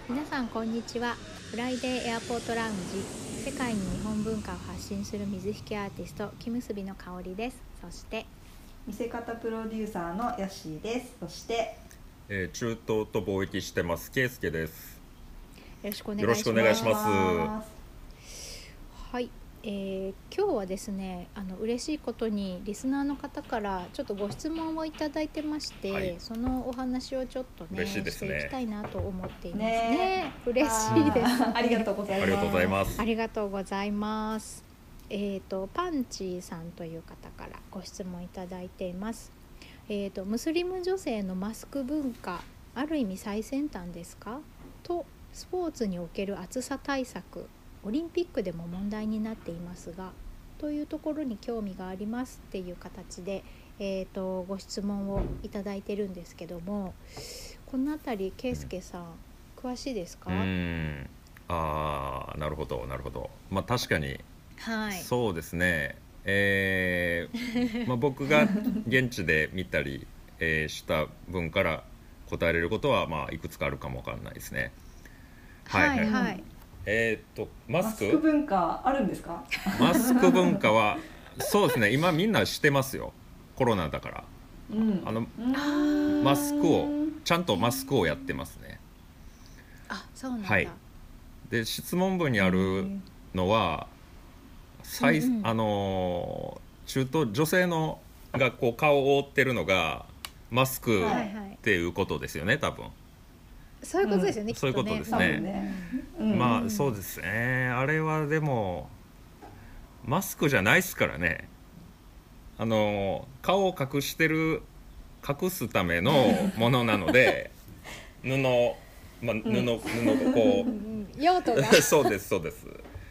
皆さんこんにちは。フライデーエアポートラウンジ、世界に日本文化を発信する水引アーティスト木結びの香りです。そして見せ方プロデューサーのヤッシーです。そして、 中東と貿易してますケイスケです。 よろしくお願よろいします。 しくお願いします。 はい、今日はですね、嬉しいことにリスナーの方からちょっとご質問をいただいてまして、 はい、 そのお話をちょっとね嬉しいですね。 していきたいなと思っていますね。嬉しいです。 ありがとうございます。 ありがとうございます。 ありがとうございます。パンチーさんという方からご質問いただいています。ムスリム女性のマスク文化、ある意味最先端ですか？とスポーツにおける暑さ対策、オリンピックでも問題になっていますが、というところに興味がありますっていう形で、ご質問をいただいてるんですけども、このあたり圭介さん、詳しいですか？ なるほどなるほど。まあ確かに、 はい、 そうですね。僕が現地で見たり、した分から答えれることはいくつかあるかもわかんないですね。 はい、はい、 マスク文化あるんですか？ マスク文化はそうですね、今みんなしてますよ、コロナだから。マスクをちゃんとマスクをやってますね。 そうなんだ。 はい。で質問文にあるのは中東女性のがこう顔を覆ってるのがマスクっていうことですよね、多分。 そういうことですよね、 そういうことですね。そうですね。あれはでもマスクじゃないですからね。顔を隠すためのものなので布がこう用途がそうですそうです。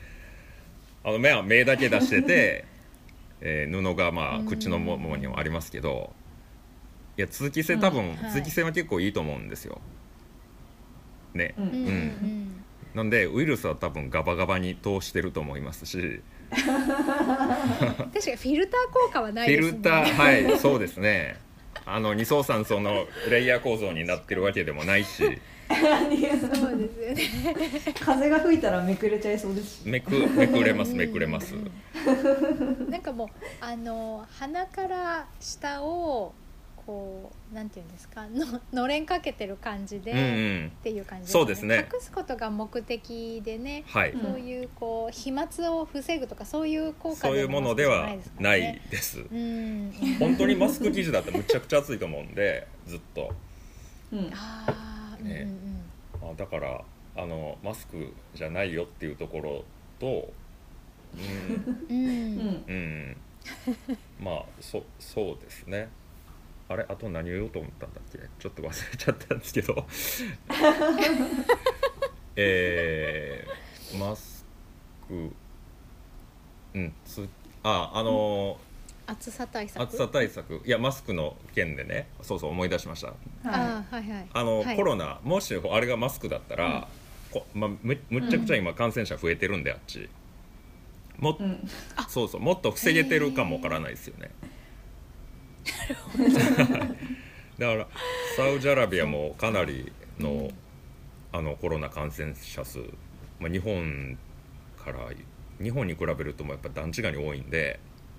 目だけ出してて、布が口のものにもありますけど、いや通気性多分、通気性は結構いいと思うんですよね。なんでウイルスは多分ガバガバに通してると思いますし確かにフィルター効果はないですね。 フィルター、はい、そうですね。二層酸素のレイヤー構造になってるわけでもないしそうですよね。 風が吹いたらめくれちゃいそうですし、 めくれますめくれます。 なんかもう鼻から下をこうなんていうんですか、のれんかけてる感じで、っていう感じですね。 そうですね。 隠すことが目的でね、 はい、 そういうこう飛沫を防ぐとかそういう効果そういうものではないです。本当にマスク生地だってむちゃくちゃ暑いと思うんでずっと。だからマスクじゃないよっていうところと、そうですね。あと何を言おうと思ったんだっけ、ちょっと忘れちゃったんですけどマスク暑さ対策、 いやマスクの件でね、そう思い出しました。コロナ、もしあれがマスクだったら、むっちゃくちゃ今感染者増えてるんで、あっちもっと防げてるかもわからないですよね。だからサウジアラビアもかなりの、コロナ感染者数、日本に比べるともやっぱ段違いに多いんで、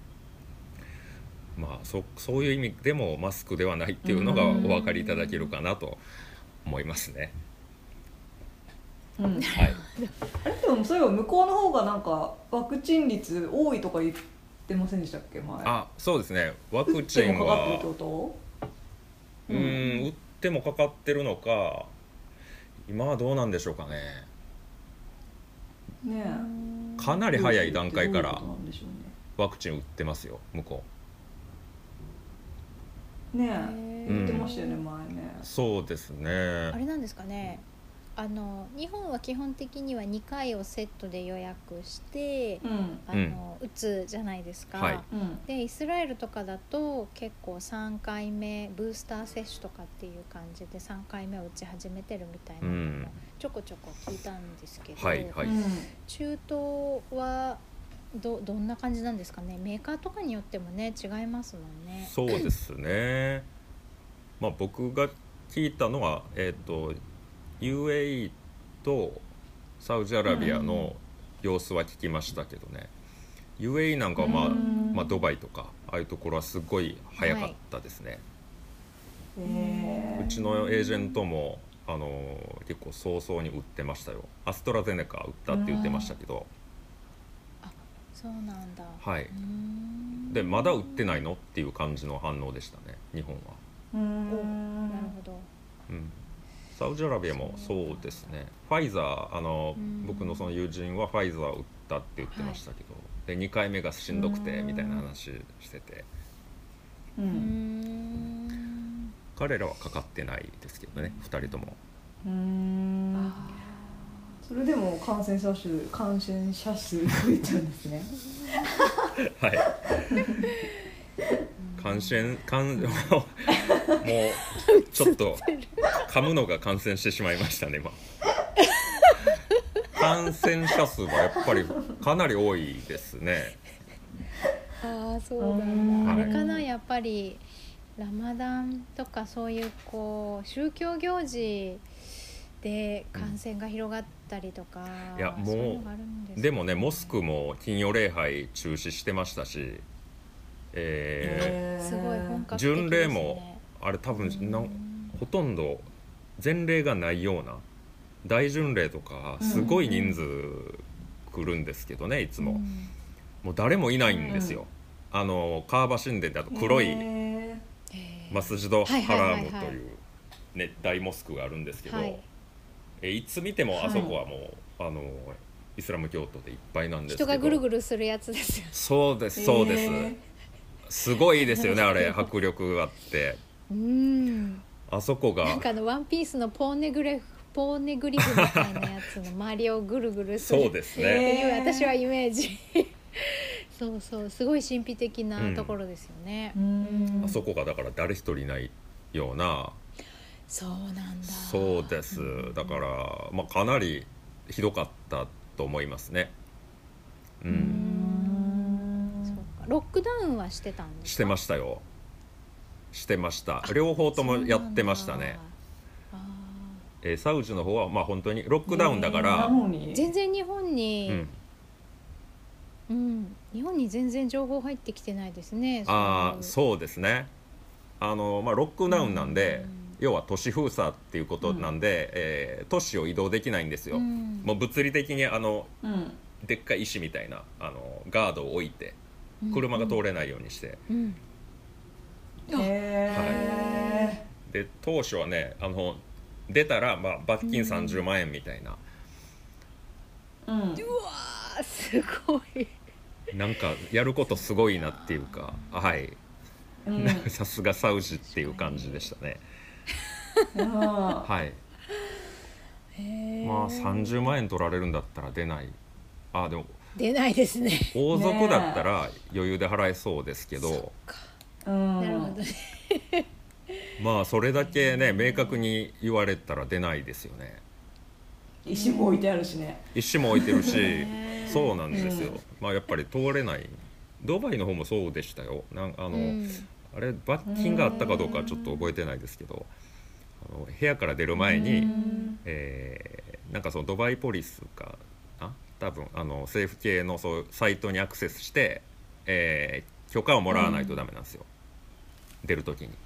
そういう意味でもマスクではないっていうのがお分かりいただけるかなと思いますね。 はい、でもそういえば向こうの方がなんかワクチン率多いとか言ってませんでしたっけ、前。 そうですね。ワクチンは打ってもかかってるのか、今はどうなんでしょうかね。かなり早い段階からワクチン打ってますよ、向こう。言ってましたよね、前ね。 そうですね。 あれなんですかね。日本は基本的には2回をセットで予約して、打つじゃないですか。でイスラエルとかだと結構3回目ブースター接種とかっていう感じで3回目を打ち始めてるみたいなのもちょこちょこ聞いたんですけど、中東はどんな感じなんですかね。メーカーとかによってもね違いますもんね。 そうですね。僕が聞いたのはUAE とサウジアラビアの様子は聞きましたけどね、UAE なんかはまあドバイとかああいうところはすごい早かったですね、うちのエージェントも結構早々に打ってましたよ。アストラゼネカ打ったって言ってましたけど、 そうなんだ。 はい。でまだ打ってないのっていう感じの反応でしたね、日本は。 なるほど。 サウジアラビアもそうですね。ファイザー僕のその友人はファイザー打ったって言ってましたけど、で2回目がしんどくてみたいな話してて、彼らはかかってないですけどね、2人とも。 それでも感染者数増えちゃうんですね。 はい。もうちょっと噛むのが感染してしまいましたね今。感染者数はやっぱりかなり多いですね。 ああ、そうなんだ。あれかな、やっぱりラマダンとかそういう宗教行事で感染が広がったりとか、 いやもうそういうのがあるんですかね。 でもね、モスクも金曜礼拝中止してましたし、 すごい本格的ですね。 巡礼もあれ多分ほとんど前例がないような大巡礼とかすごい人数来るんですけどね、いつももう誰もいないんですよ。カーバ神殿であと黒いマスジドハラームという、ね、大モスクがあるんですけど、いつ見てもあそこはもう、イスラム教徒でいっぱいなんですけど、 人がぐるぐるするやつですよ。 そうですそうです、すごいですよねあれ、迫力があって、あそこがなんかワンピースのポーネグリフみたいなやつの周りをぐるぐるするそうですね、 っていう私はイメージそうそう、すごい神秘的なところですよね、 あそこがだから誰一人いないような。 そうなんだ。 そうです、だから、かなりひどかったと思いますね。そうか。ロックダウンはしてたんですか？ してましたよ、してました。両方ともやってましたね。サウジの方は本当にロックダウンだから、 全然日本に、日本に全然情報入ってきてないですね。 そうですね。ロックダウンなんで、要は都市封鎖っていうことなんで、都市を移動できないんですよ。もう物理的にでっかい石みたいなガードを置いて車が通れないようにして、で当初はね出たら罰金30万円みたいな、 うわーすごい。 なんかやることすごいなっていうか、さすがサウジっていう感じでしたね。はい。30万円取られるんだったら出ない。でも出ないですね。 王族だったら余裕で払えそうですけど、 なるほどね。 それだけね明確に言われたら出ないですよね。 石も置いてあるしね。 石も置いてるしそうなんですよ、やっぱり通れない。ドバイの方もそうでしたよ。あれ罰金があったかどうかはちょっと覚えてないですけど、部屋から出る前に、なんかそのドバイポリスかな、多分政府系のそういうサイトにアクセスして、許可をもらわないとダメなんですよ、出るときに。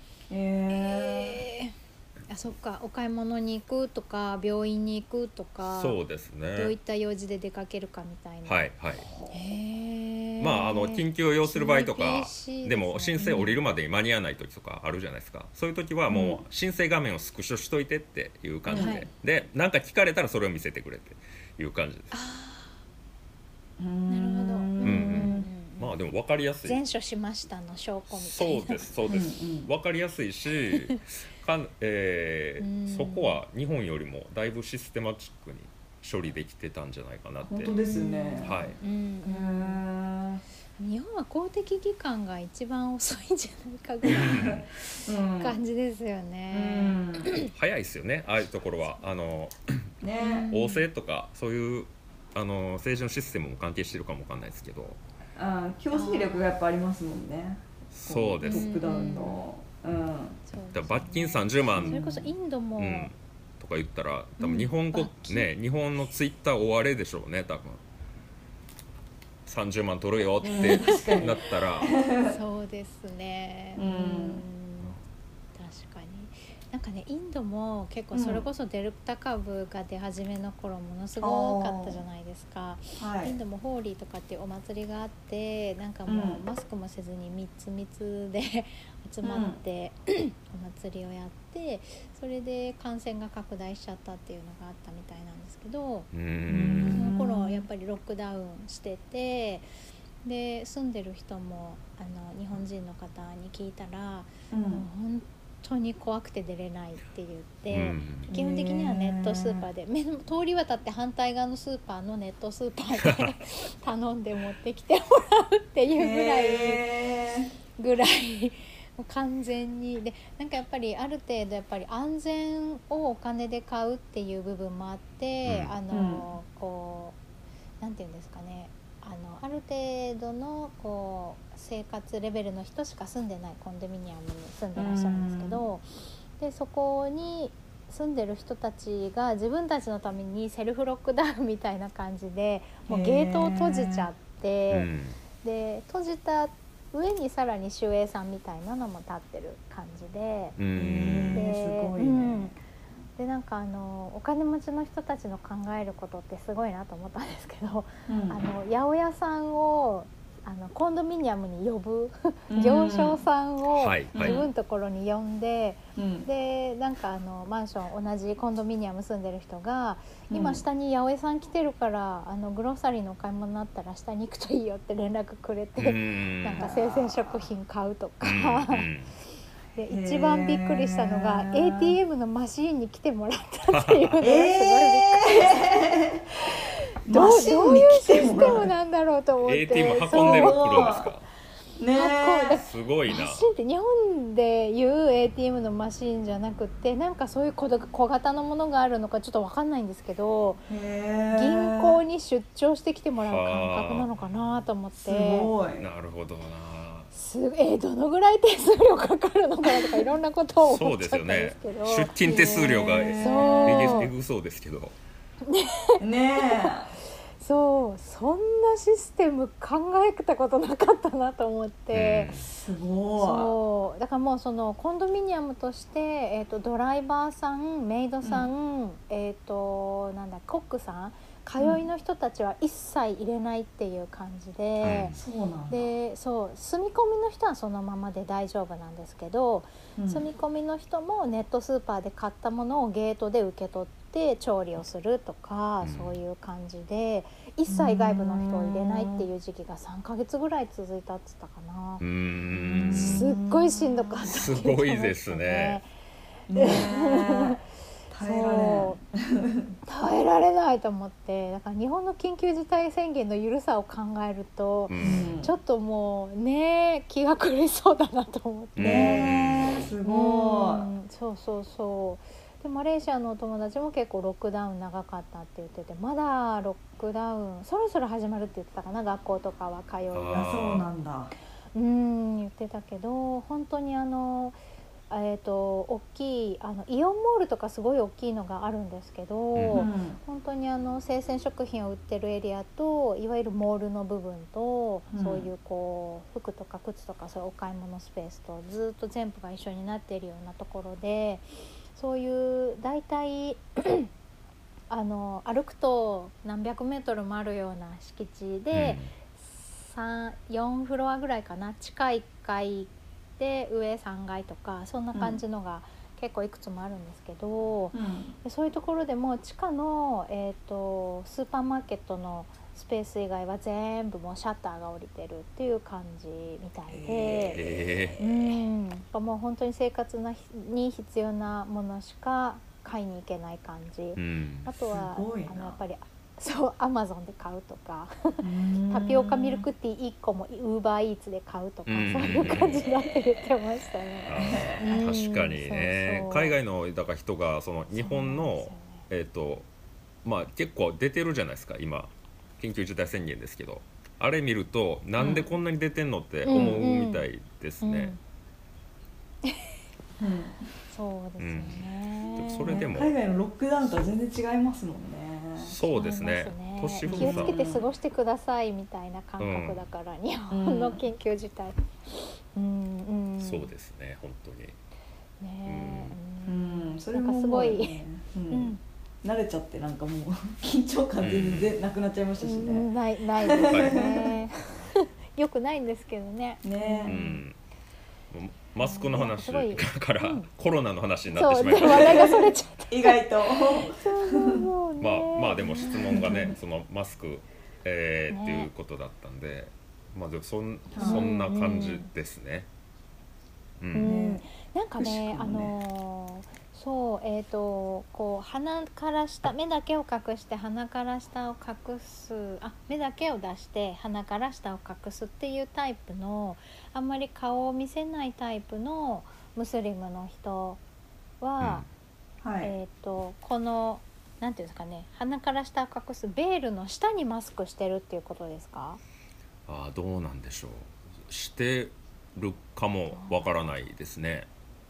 そっか、お買い物に行くとか病院に行くとか、 そうですね、 どういった用事で出かけるかみたいな。 緊急を要する場合とかでも申請降りるまでに間に合わない時とかあるじゃないですか。そういう時はもう申請画面をスクショしといてっていう感じで、でなんか聞かれたらそれを見せてくれっていう感じです。 なるほど。 でも分かりやすい。 前処しましたの証拠みたいな。 そうですそうです、分かりやすいしそこは日本よりもだいぶシステマチックに処理できてたんじゃないかなって。 本当ですね。 日本は公的機関が一番遅いんじゃないかぐらいの感じですよね。 早いですよね、ああいうところは。王政とかそういう政治のシステムも関係してるかもわかんないですけど、 強制力がやっぱありますもんね。 そうです。 トップダウンの、 罰金30万それこそインドも、 とか言ったら多分日本語、日本のツイッター終われでしょうね多分。30万取るよってなったらそうですね、確かに。なんかね、インドも結構それこそデルタ株が出始めの頃ものすごかったじゃないですか、インドもホーリーとかっていうお祭りがあって、なんかもうマスクもせずに密で集まって、お祭りをやって、それで感染が拡大しちゃったっていうのがあったみたいなんですけど、その頃やっぱりロックダウンしてて、で住んでる人も日本人の方に聞いたら、もう本当に怖くて出れないって言って、基本的にはネットスーパーで通り渡って反対側のスーパーのネットスーパーで頼んで持ってきてもらうっていうぐらいもう完全にで、なんかやっぱりある程度やっぱり安全をお金で買うっていう部分もあって、こうなんていうんですかね、ある程度のこう生活レベルの人しか住んでないコンドミニアムに住んでらっしゃるんですけど、でそこに住んでる人たちが自分たちのためにセルフロックダウンみたいな感じでもうゲートを閉じちゃって、で閉じた上にさらに守衛さんみたいなのも立ってる感じで、 すごいね。 でなんかお金持ちの人たちの考えることってすごいなと思ったんですけど、八百屋さんをコンドミニアムに呼ぶ行商さんを自分のところに呼んで、でなんかマンション同じコンドミニアム住んでる人が、今下に八百屋さん来てるからグロッサリーのお買い物になったら下に行くといいよって連絡くれて、なんか生鮮食品買うとかで一番びっくりしたのが ATM のマシーンに来てもらったっていうのがすごいびっくりどういうシステムなんだろうと思って。 ATM 運んでくるんですかね、 すごいな。 マシンって日本でいう ATM のマシンじゃなくて、なんかそういう小型のものがあるのかちょっと分かんないんですけど、銀行に出張してきてもらう感覚なのかなと思って。すごい。 なるほどな。 どのぐらい手数料かかるのかなとかいろんなことを思っちゃったんですけど、 出勤手数料がえぐそうですけどねそんなシステム考えたことなかったなと思って、 すごい。だからもうそのコンドミニアムとして、ドライバーさん、メイドさん、コックさん、通いの人たちは一切入れないっていう感じで、で住み込みの人はそのままで大丈夫なんですけど、住み込みの人もネットスーパーで買ったものをゲートで受け取って調理をするとか、そういう感じで一切外部の人を入れないっていう時期が3ヶ月ぐらい続いたって言ったかな。すっごいしんどかったってすごいですね。 耐えられないと思って、だから日本の緊急事態宣言の緩さを考えると、ちょっともうね気が狂いそうだなと思って、 すごい。 そうでマレーシアのお友達も結構ロックダウン長かったって言ってて、まだロックダウンそろそろ始まるって言ってたかな、学校とかは通いが。 そうなんだ。 言ってたけど、本当に大きいイオンモールとかすごい大きいのがあるんですけど、本当に生鮮食品を売ってるエリアといわゆるモールの部分と、そういうこう服とか靴とかそういうお買い物スペースとずっと全部が一緒になっているようなところで、そういう大体歩くと何百メートルもあるような敷地で、4フロアぐらいかな、地下1階で上3階とかそんな感じのが結構いくつもあるんですけど、そういうところでも地下の、スーパーマーケットのスペース以外は全部もうシャッターが降りてるっていう感じみたいで、もう本当に生活に必要なものしか買いに行けない感じ、あとはやっぱりアマゾンで買うとかタピオカミルクティー1個もウーバーイーツで買うとか、そういう感じだって言ってましたね。 確かにね、海外のだから人がその日本の、結構出てるじゃないですか今緊急事態宣言ですけど、あれ見るとなんでこんなに出てんのって思うみたいですね。 そうですよね。 それでも海外のロックダウンとは全然違いますもんね。 そうですね。 気をつけて過ごしてくださいみたいな感覚だから、日本の緊急事態、 そうですね、本当にね、それももう、ね、すごい、慣れちゃってなんかもう緊張感全然なくなっちゃいましたしね。 ないですね。よくないんですけどね。 マスクの話からコロナの話になってしまいました。 話題がそれちゃった。 意外と。 まあでも質問がね、そのマスクっていうことだったんで、まあでもそんな感じですね。 なんかね、そうこう鼻から下、目だけを隠して鼻から下を隠す、目だけを出して鼻から下を隠すっていうタイプの、あんまり顔を見せないタイプのムスリムの人は、このなんていうんですかね、鼻から下を隠すベールの下にマスクしてるっていうことですか？ どうなんでしょう。してるかもわからないですね。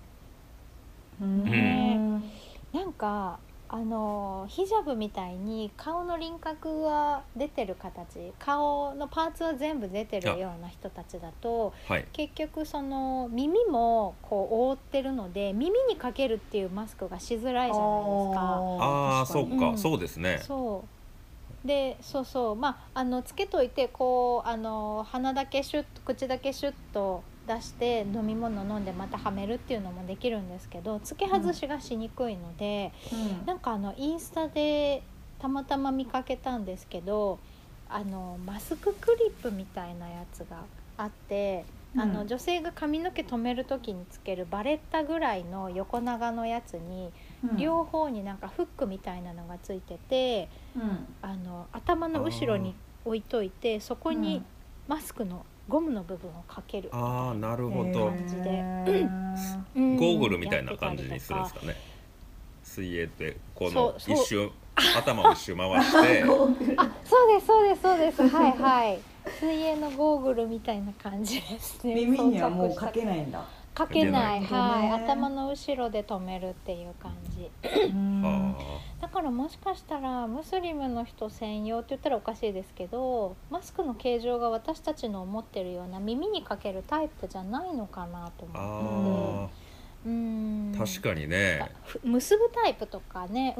なんかヒジャブみたいに顔の輪郭が出てる形、顔のパーツは全部出てるような人たちだと、結局その耳もこう覆ってるので、耳にかけるっていうマスクがしづらいじゃないですか。 そうか、そうですね。 でつけといてこう鼻だけシュッと口だけシュッと出して飲み物飲んでまたはめるっていうのもできるんですけど、付け外しがしにくいので、なんかインスタでたまたま見かけたんですけど、マスククリップみたいなやつがあって、女性が髪の毛留める時につけるバレッタぐらいの横長のやつに、両方になんかフックみたいなのがついてて、頭の後ろに置いといて、そこにマスクのゴムの部分をかけるみたいな感じで、 ゴーグルみたいな感じにするんですかね。水泳でこの一周頭を一周回してそうです水泳のゴーグルみたいな感じですね。 耳にはもうかけないんだ。 かけない、頭の後ろで留めるっていう感じだから、もしかしたらムスリムの人専用って言ったらおかしいですけど、マスクの形状が私たちの思ってるような耳にかけるタイプじゃないのかなと思って、 確かにね、 結ぶタイプとかね、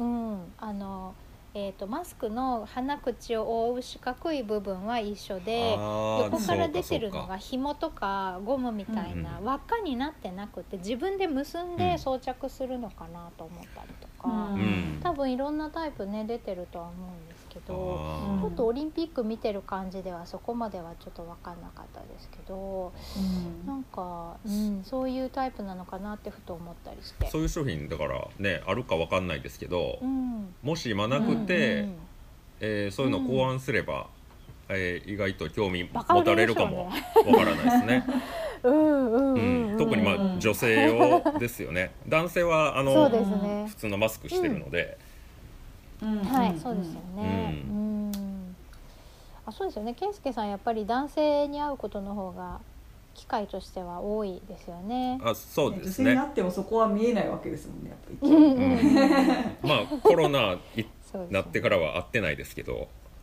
マスクの鼻口を覆う四角い部分は一緒で、横から出てるのが紐とかゴムみたいな輪っかになってなくて、自分で結んで装着するのかなと思ったりとか、多分いろんなタイプね出てるとは思うんですけど、ちょっとオリンピック見てる感じではそこまではちょっと分かんなかったですけど、なんか、そういうタイプなのかなってふと思ったりして。 そういう商品だからねあるか分かんないですけど、もし今なくて、そういうの考案すれば、意外と興味持たれるかも分からないですね。特に女性用ですよね。男性は普通のマスクしてるので、 そうですよね。そうですよね。健介さんやっぱり男性に会うことの方が機会としては多いですよね。 そうですね。 女性に会ってもそこは見えないわけですもんね、やっぱり。 コロナになってからは会ってないですけど。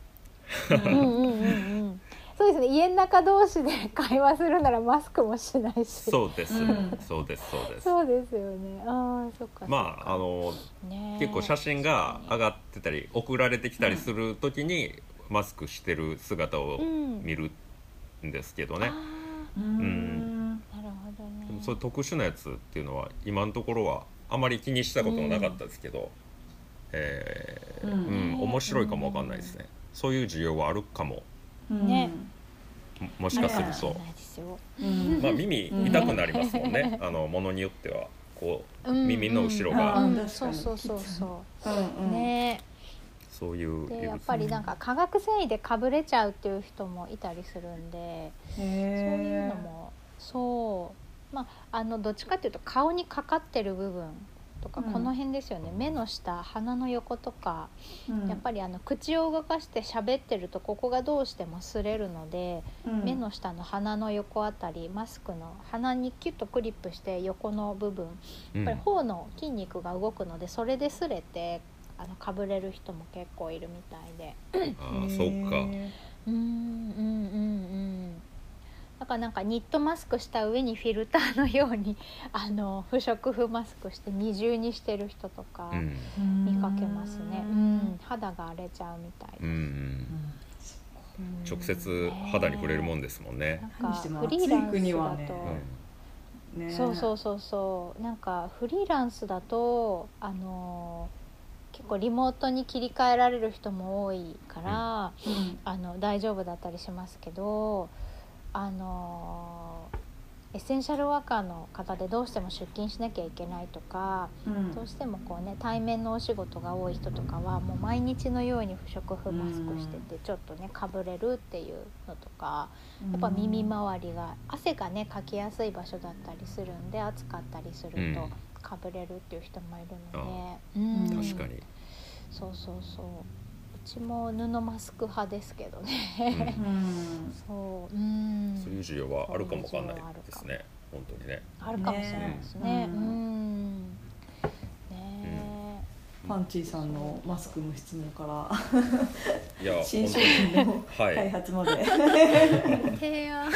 そうですね。家の中同士で会話するならマスクもしないし。 そうですよね。 そっか。 結構写真が上がってたり送られてきたりするときにマスクしてる姿を見るんですけどね。 なるほどね。 でもそういう特殊なやつっていうのは今のところはあまり気にしたこともなかったですけど、面白いかもわかんないですね。そういう需要はあるかも。もしかすると、耳痛くなりますもんね。ものによってはこう耳の後ろが、そういうでやっぱりなんか化学繊維でかぶれちゃうっていう人もいたりするんで、そういうのもどっちかっていうと顔にかかってる部分とか、この辺ですよね、目の下、鼻の横とか、やっぱり口を動かして喋ってるとここがどうしても擦れるので、目の下の鼻の横あたり、マスクの鼻にキュッとクリップして横の部分、やっぱり頬の筋肉が動くので、それで擦れてかぶれる人も結構いるみたいでああそうか。 だからなんかニットマスクした上にフィルターのように不織布マスクして二重にしてる人とか見かけますね、肌が荒れちゃうみたいです、 直接肌に触れるもんですもんね。 なんかフリーランスだと、そうなんかフリーランスだと結構リモートに切り替えられる人も多いから、大丈夫だったりしますけど、エッセンシャルワーカーの方でどうしても出勤しなきゃいけないとか、どうしてもこうね対面のお仕事が多い人とかはもう毎日のように不織布マスクしててちょっとねかぶれるっていうのとか、やっぱ耳周りが汗がねかきやすい場所だったりするんで、暑かったりするとかぶれるっていう人もいるので、 確かにそううちも布マスク派ですけどね、そういう需要はあるかもわかんないですね、本当にね。 あるかもしれないですね。 パンチーさんのマスクの質問からいや新商品の開発まで、 提案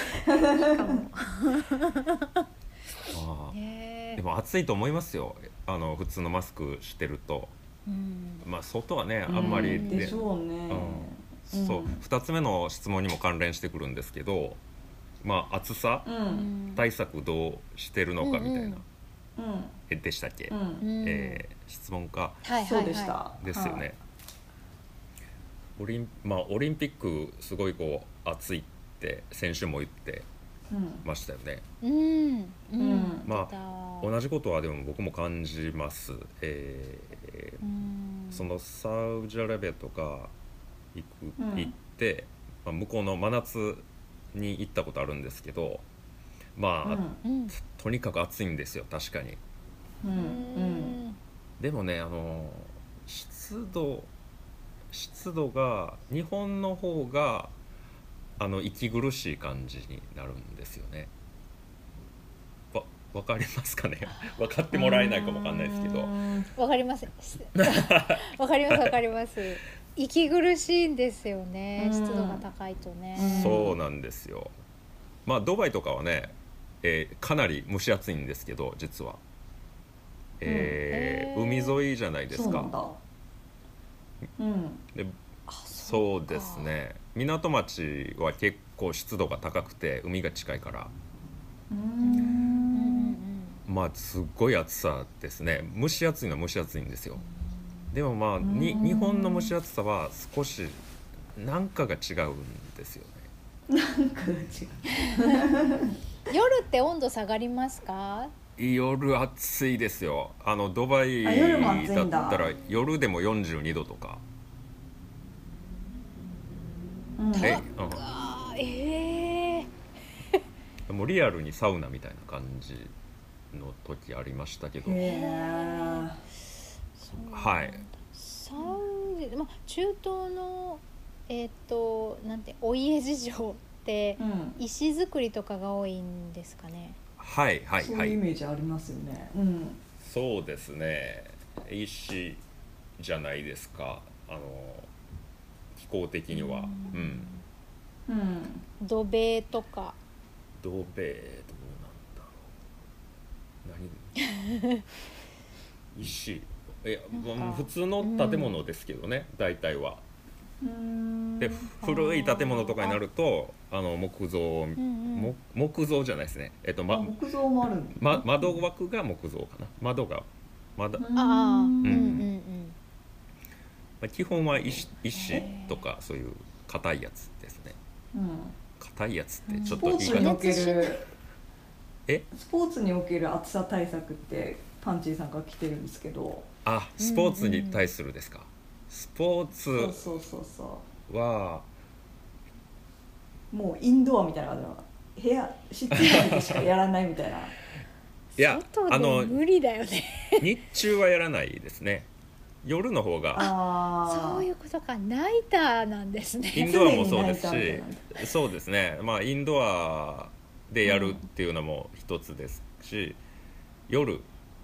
でも暑いと思いますよ、普通のマスクしてると。まあ外はねあんまりでしょうね。 そう2つ目の質問にも関連してくるんですけど、まあ暑さ対策どうしてるのかみたいなでしたっけ、質問か、 そうでしたですよね。オリンピックすごいこう暑いって先週も言ってましたよね。まあ同じことはでも僕も感じます。そのサウジアラビアとか行って、向こうの真夏に行ったことあるんですけど、まあ、とにかく暑いんですよ、確かに。でもね湿度が日本の方が息苦しい感じになるんですよね。わかりますかね。分かってもらえないかもわかんないですけど。 わかります。わかります。息苦しいんですよね。湿度が高いとね。 そうなんですよ。まあドバイとかはね、かなり蒸し暑いんですけど、実は、海沿いじゃないですか。で、そうですね。港町は結構湿度が高くて海が近いから。まあすっごい暑さですね。蒸し暑いのは蒸し暑いんですよ。でもまあ日本の蒸し暑さは少しなんかが違うんですよね。なんかが違う。 夜って温度下がりますか？ 夜暑いですよ。ドバイだったら夜でも42度とか。もうリアルにサウナみたいな感じの時ありましたけど、はい。 中東のなんてお家事情って石造りとかが多いんですかね。 はいはいはい。 そういうイメージありますよね。 そうですね。石じゃないですか。気候的には。 土塀とか。 土塀どうなんだろう。何石普通の建物ですけどね、大体は。で古い建物とかになると木造じゃないですね。 木造もあるんだ。 窓枠が木造かな。窓が基本は石とかそういう硬いやつですね。硬いやつってちょっと言い方。 スポーツにおける暑さ対策ってパンチーさんから来てるんですけど。 スポーツに対するですか。スポーツはもうインドアみたいな部屋室内でしかやらないみたいな。 いや外で無理だよね日中はやらないですね。夜の方がそういうことか、ナイターなんですね。 インドアもそうですし、そうですね、まあインドアでやるっていうのも一つですし、夜、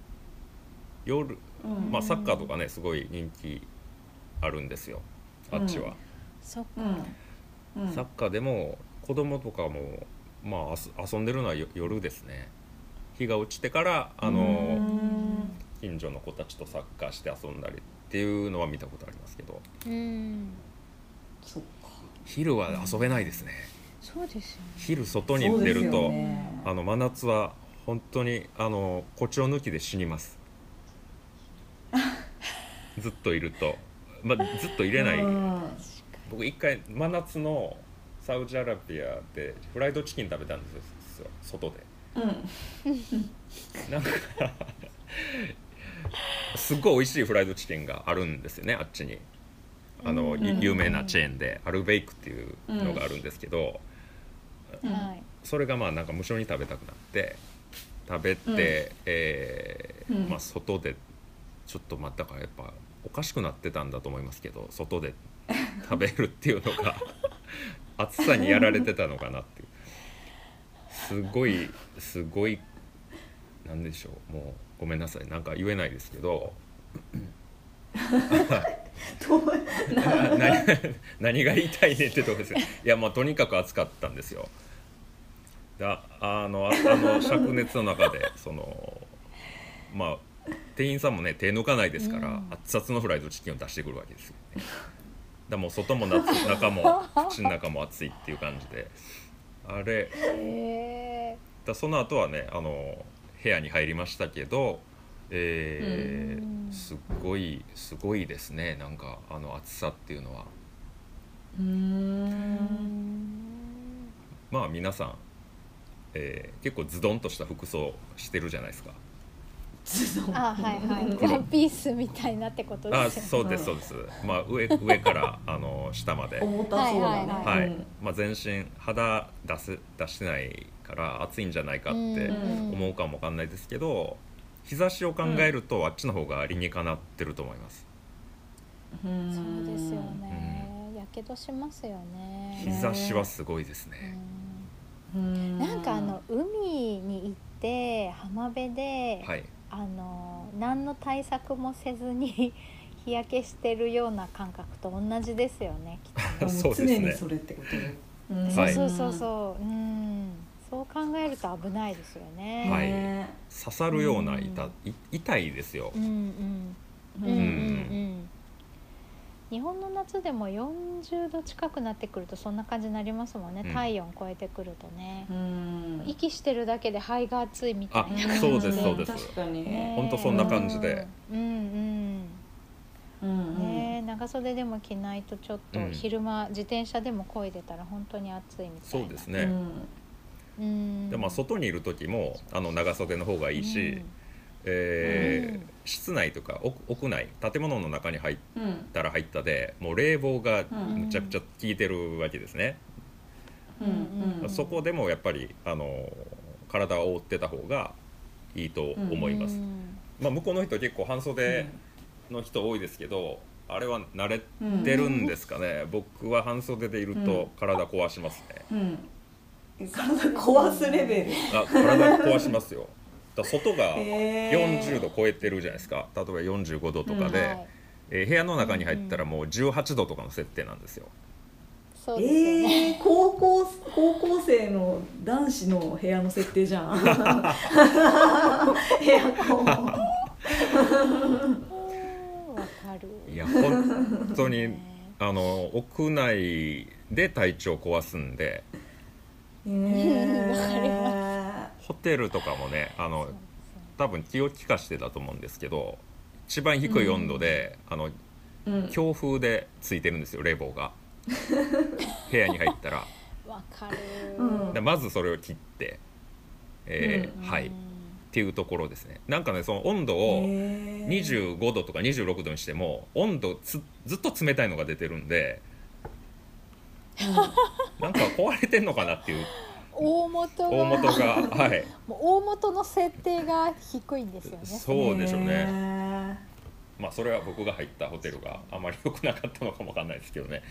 まあサッカーとかねすごい人気あるんですよ、あっちは。 そっか、 サッカーでも子供とかもまあ遊んでるのは夜ですね。日が落ちてから近所の子たちとサッカーして遊んだりっていうのは見たことありますけど、 そっか、 昼は遊べないですね。 そうですよね。 昼外に出ると、 ね、 真夏は本当に誇張抜きで死にますずっといると、まあ、ずっといれない。僕一回真夏のサウジアラビアでフライドチキン食べたんですよ、外で。なんかすっごい美味しいフライドチキンがあるんですよね、あっちに。有名なチェーンでアルベイクっていうのがあるんですけど、それがまあなんか無性に食べたくなって食べて、まあ、外でちょっとだからやっぱおかしくなってたんだと思いますけど、外で食べるっていうのが暑さにやられてたのかなっていう。すごいなんでしょう、もうごめんなさい、なんか言えないですけど何が言いたいねってとこですよ。いやもうとにかく暑かったんですよ。灼熱の中でまあ店員さんもね手抜かないですから、熱々のフライドチキンを出してくるわけですよね。だもう外も中も口の中も暑いっていう感じで、あれ、その後はね部屋に入りましたけど、すごいですね、なんか暑さっていうのは。まあ皆さん、結構ズドンとした服装してるじゃないですか。 はいはい、ワンピースみたいなってことですよね。 そうですそうです、まあ、上から下まで重たそうだね、 はい、まあ、全身肌出してないから暑いんじゃないかって思うかもわかんないですけど、日差しを考えるとあっちの方が理にかなってると思います。 そうですよね、やけどしますよね。 日差しはすごいですね。 なんか海に行って浜辺で、 はい、 何の対策もせずに日焼けしてるような感覚と同じですよね、きっと。 そうですね、 常にそれってことよ。 そう、そう考えると危ないですよね。 はい、刺さるような痛いですよ。日本の夏でも40度近くなってくるとそんな感じになりますもんね、体温超えてくるとね。息してるだけで肺が熱いみたいな感じで。 そうですそうです、 確かに本当そんな感じで、 長袖でも着ないとちょっと昼間自転車でも漕いでたら本当に暑いみたいな。 そうですね、でも外にいる時も長袖の方がいいし、室内とか屋内建物の中に入ったら入ったでもう冷房がむちゃくちゃ効いてるわけですね。そこでもやっぱり体を覆ってた方がいいと思います。まあ、向こうの人結構半袖の人多いですけど、あれは慣れてるんですかね。僕は半袖でいると体壊しますね。 体壊すレベル。 体壊しますよ。外が40度超えてるじゃないですか。例えば45度とかで、部屋の中に入ったらもう18度とかの設定なんですよ。 そうですよね。 高校生の男子の部屋の設定じゃん。エアコン。わかる。 いや本当に屋内で体調壊すんで。ホテルとかもね多分気を利かしてだと思うんですけど、一番低い温度で、強風でついてるんですよ、冷房が部屋に入ったら。 わかる、 でまずそれを切って、はいっていうところですね。なんかねその温度を25度とか26度にしても温度ずっと冷たいのが出てるんで、なんか壊れてんのかなっていう大元がはい、 もう大元の設定が低いんですよね。 そうでしょうね。まあそれは僕が入ったホテルがあまり良くなかったのかもわかんないですけどね。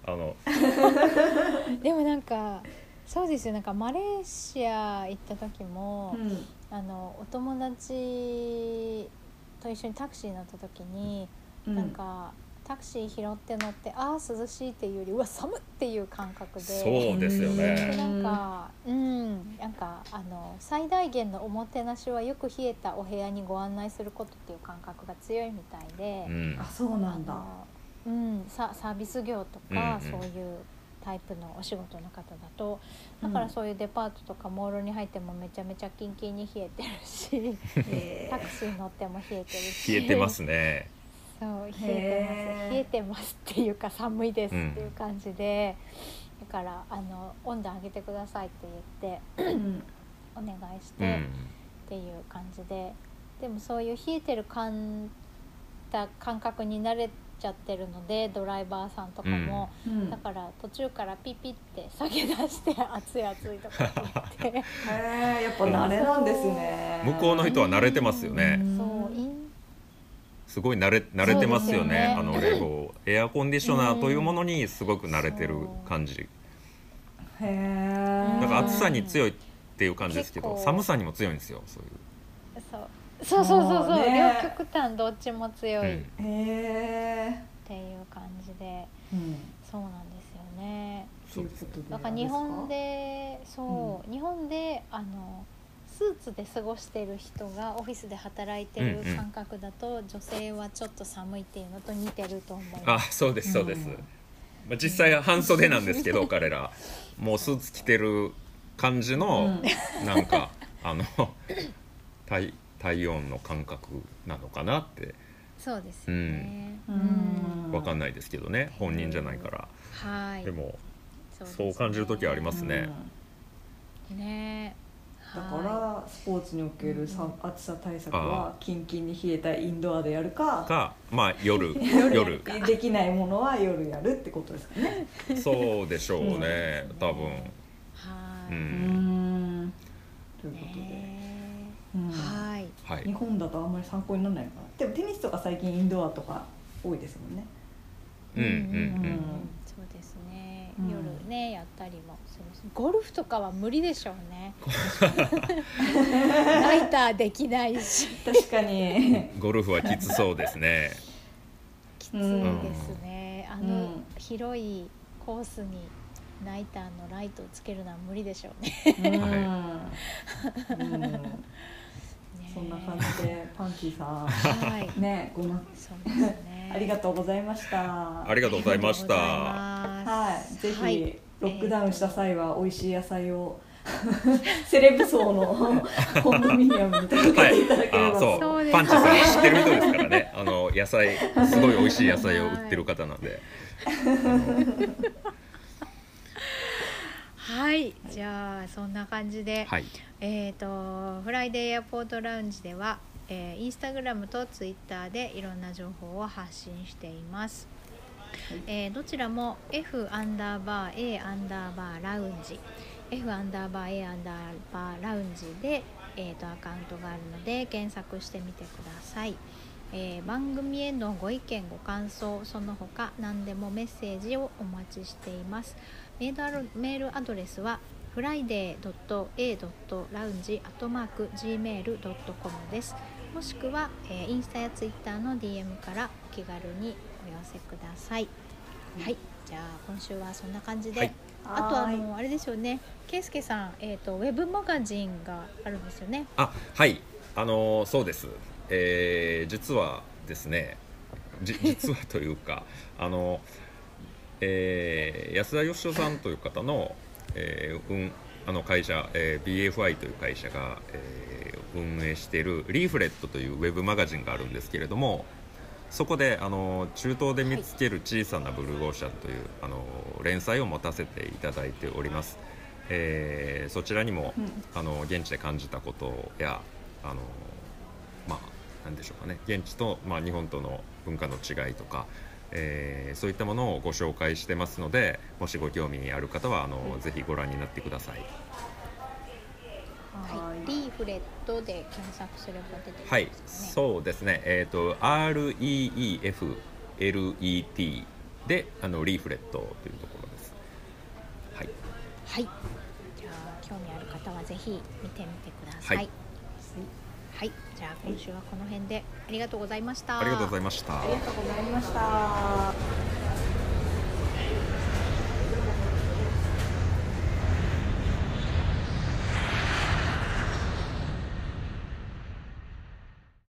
でもなんかそうですよ。なんかマレーシア行った時も、お友達と一緒にタクシー乗った時に、なんかタクシー拾って乗ってああ涼しいっていうよりうわ寒っていう感覚で、 そうですよね。 なんか最大限のおもてなしはよく冷えたお部屋にご案内することっていう感覚が強いみたいで、 あ、そうなんだ。 サービス業とか、そういうタイプのお仕事の方だと、だからそういうデパートとかモールに入ってもめちゃめちゃキンキンに冷えてるし、タクシー乗っても冷えてるし、 冷えてますね。 そう冷えてますっていうか寒いですっていう感じで、だから温度上げてくださいって言って、お願いしてっていう感じで、でもそういう冷えてる感覚に慣れちゃってるので、ドライバーさんとかも、だから途中からピピって下げ出して熱い熱いとか言ってやっぱ慣れなんですね。 向こうの人は慣れてますよね。すごい慣れてますよね。冷房エアコンディショナーというものにすごく慣れてる感じ。だから暑さに強いっていう感じですけど、寒さにも強いんですよ。そう両極端どっちも強いっていう感じで、そうなんですよね。だから日本でスーツで過ごしている人がオフィスで働いてる感覚だと、女性はちょっと寒いっていうのと似てると思います。 そうですそうです、実際は半袖なんですけど彼らもうスーツ着てる感じの、なんか体温の感覚なのかなって。 そうですよね、 分かんないですけどね、本人じゃないから。でもそう感じる時はありますね。 だからスポーツにおける暑さ対策はキンキンに冷えたインドアでやるか、 まあ夜できないものは夜やるってことですかね。 そうでしょうね、多分。 ということで、日本だとあんまり参考にならないかな。でもテニスとか最近インドアとか多いですもんね。 そうですね、夜ねやったりもするし、ゴルフとかは無理でしょうねナイターできないし確かにゴルフはきつそうですね。 きついですね、広いコースにナイターのライトをつけるのは無理でしょうねそんな感じでパンティさん、ありがとうございました。 ありがとうございました。 ぜひロックダウンした際は美味しい野菜をセレブ層のコンドミニアムに届けていただければ。 そうパンチさん知ってる人ですからね。野菜すごい美味しい野菜を売ってる方なんで。 はい、じゃあそんな感じで、フライデーエアポートラウンジでは、インスタグラムとツイッターでいろんな情報を発信しています。どちらも F_A_ラウンジ F_A_ラウンジで、アカウントがあるので検索してみてください。番組へのご意見ご感想、その他何でもメッセージをお待ちしています。メールアドレスは friday.a.lounge@gmail.com です。もしくは、インスタやツイッターの DM からお気軽にお寄せください。はい、じゃあ今週はそんな感じで、あとあれですよね、圭介さん、ウェブマガジンがあるんですよね。 そうです。実はですね、実はというか安田義雄さんという方の、会社、BFI という会社が、運営しているリーフレットというウェブマガジンがあるんですけれども、そこで中東で見つける小さなブルーオーシャンという連載を持たせていただいております。そちらにも、現地で感じたことやなんでしょうかね、現地と、日本との文化の違いとか、そういったものをご紹介してますので、もしご興味ある方はぜひご覧になってください。 はい、リーフレットで検索すれば出てきますかね。 はい、そうですね。REEFLET でリーフレットというところです。はい。 はい。じゃあ興味ある方はぜひ見てみてください。 はい。 はい。じゃあ今週はこの辺でありがとうございました。 ありがとうございました。 ありがとうございました。